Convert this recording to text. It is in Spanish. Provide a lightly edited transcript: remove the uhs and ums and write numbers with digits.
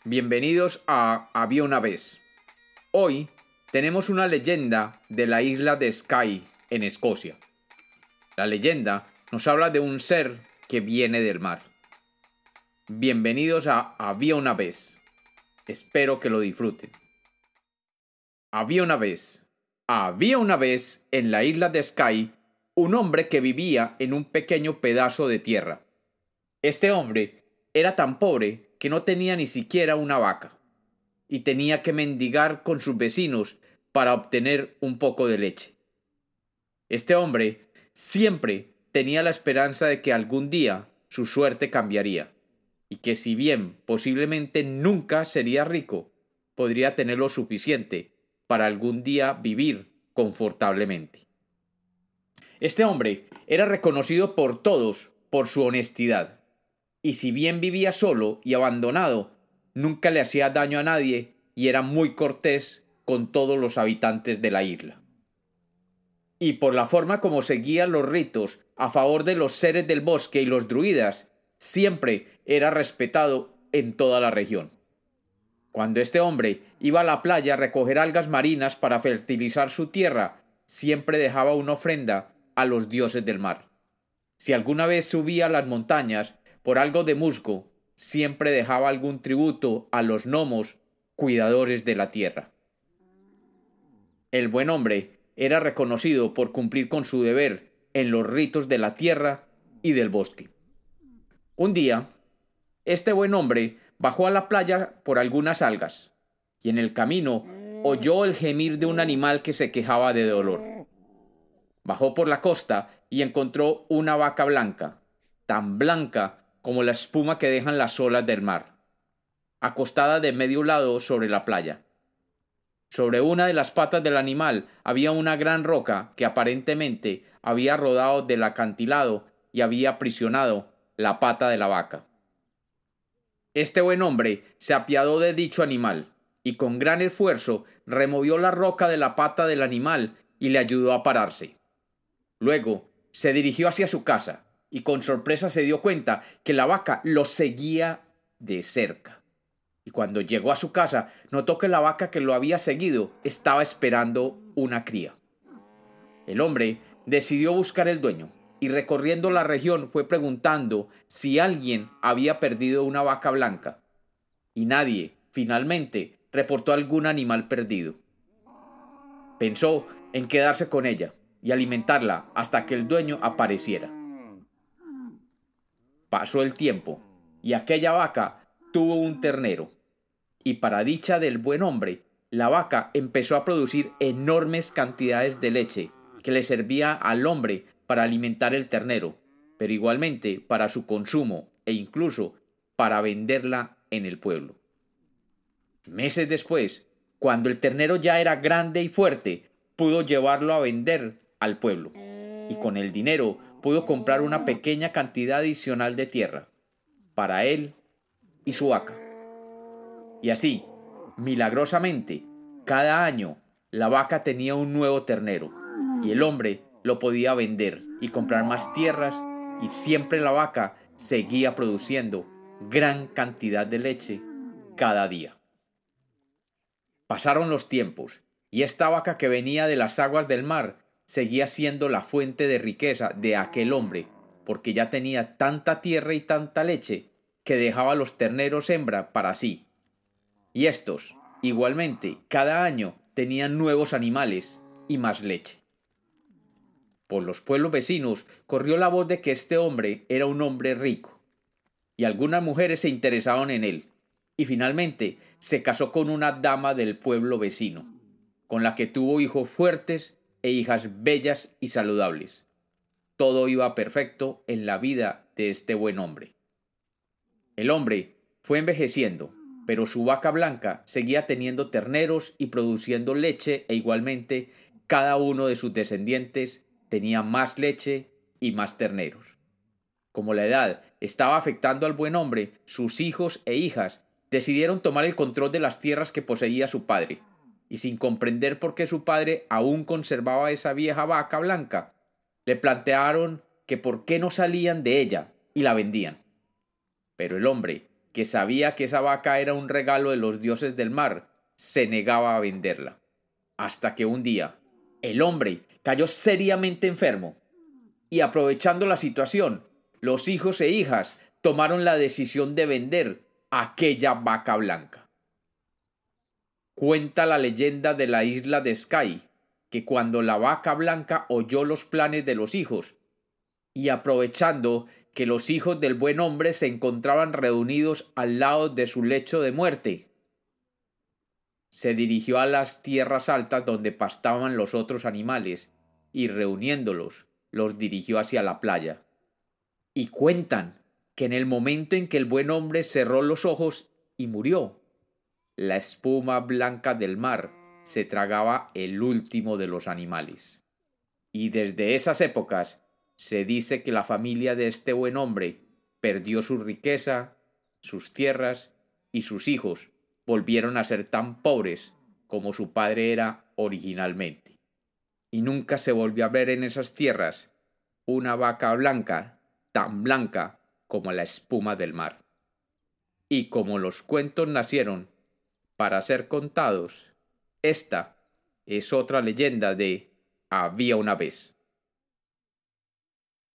Bienvenidos a Había una vez. Hoy tenemos una leyenda de la isla de Skye, en Escocia. La leyenda nos habla de un ser que viene del mar. Bienvenidos a Había una vez. Espero que lo disfruten. Había una vez en la isla de Skye un hombre que vivía en un pequeño pedazo de tierra. Este hombre era tan pobre que no tenía ni siquiera una vaca, y tenía que mendigar con sus vecinos para obtener un poco de leche. Este hombre siempre tenía la esperanza de que algún día su suerte cambiaría, y que si bien posiblemente nunca sería rico, podría tener lo suficiente para algún día vivir confortablemente. Este hombre era reconocido por todos por su honestidad, y si bien vivía solo y abandonado, nunca le hacía daño a nadie y era muy cortés con todos los habitantes de la isla. Y por la forma como seguía los ritos a favor de los seres del bosque y los druidas, siempre era respetado en toda la región. Cuando este hombre iba a la playa a recoger algas marinas para fertilizar su tierra, siempre dejaba una ofrenda a los dioses del mar. Si alguna vez subía a las montañas por algo de musgo, siempre dejaba algún tributo a los gnomos, cuidadores de la tierra. El buen hombre era reconocido por cumplir con su deber en los ritos de la tierra y del bosque. Un día, este buen hombre bajó a la playa por algunas algas, y en el camino oyó el gemir de un animal que se quejaba de dolor. Bajó por la costa y encontró una vaca blanca, tan blanca como la espuma que dejan las olas del mar, acostada de medio lado sobre la playa. Sobre una de las patas del animal había una gran roca que aparentemente había rodado del acantilado y había aprisionado la pata de la vaca. Este buen hombre se apiadó de dicho animal y con gran esfuerzo removió la roca de la pata del animal y le ayudó a pararse. Luego se dirigió hacia su casa y con sorpresa se dio cuenta que la vaca lo seguía de cerca. Y cuando llegó a su casa, notó que la vaca que lo había seguido estaba esperando una cría. El hombre decidió buscar el dueño y recorriendo la región fue preguntando si alguien había perdido una vaca blanca. Y nadie, finalmente, reportó algún animal perdido. Pensó en quedarse con ella y alimentarla hasta que el dueño apareciera. Pasó el tiempo y aquella vaca tuvo un ternero. Y para dicha del buen hombre, la vaca empezó a producir enormes cantidades de leche que le servía al hombre para alimentar el ternero, pero igualmente para su consumo e incluso para venderla en el pueblo. Meses después, cuando el ternero ya era grande y fuerte, pudo llevarlo a vender al pueblo, y con el dinero pudo comprar una pequeña cantidad adicional de tierra, para él y su vaca. Y así, milagrosamente, cada año la vaca tenía un nuevo ternero, y el hombre lo podía vender y comprar más tierras, y siempre la vaca seguía produciendo gran cantidad de leche cada día. Pasaron los tiempos, y esta vaca que venía de las aguas del mar seguía siendo la fuente de riqueza de aquel hombre, porque ya tenía tanta tierra y tanta leche que dejaba los terneros hembra para sí. Y estos, igualmente, cada año tenían nuevos animales y más leche. Por los pueblos vecinos corrió la voz de que este hombre era un hombre rico, y algunas mujeres se interesaron en él, y finalmente se casó con una dama del pueblo vecino, con la que tuvo hijos fuertes e hijas bellas y saludables. Todo iba perfecto en la vida de este buen hombre. El hombre fue envejeciendo, pero su vaca blanca seguía teniendo terneros y produciendo leche e igualmente cada uno de sus descendientes tenía más leche y más terneros. Como la edad estaba afectando al buen hombre, sus hijos e hijas decidieron tomar el control de las tierras que poseía su padre, y sin comprender por qué su padre aún conservaba esa vieja vaca blanca, le plantearon que por qué no salían de ella y la vendían. Pero el hombre, que sabía que esa vaca era un regalo de los dioses del mar, se negaba a venderla. Hasta que un día, el hombre cayó seriamente enfermo y, aprovechando la situación, los hijos e hijas tomaron la decisión de vender aquella vaca blanca. Cuenta la leyenda de la isla de Skye que cuando la vaca blanca oyó los planes de los hijos, y aprovechando que los hijos del buen hombre se encontraban reunidos al lado de su lecho de muerte, se dirigió a las tierras altas donde pastaban los otros animales, y reuniéndolos, los dirigió hacia la playa. Y cuentan que en el momento en que el buen hombre cerró los ojos y murió, la espuma blanca del mar se tragaba el último de los animales. Y desde esas épocas se dice que la familia de este buen hombre perdió su riqueza, sus tierras, y sus hijos volvieron a ser tan pobres como su padre era originalmente. Y nunca se volvió a ver en esas tierras una vaca blanca tan blanca como la espuma del mar. Y como los cuentos nacieron para ser contados, esta es otra leyenda de Había una vez.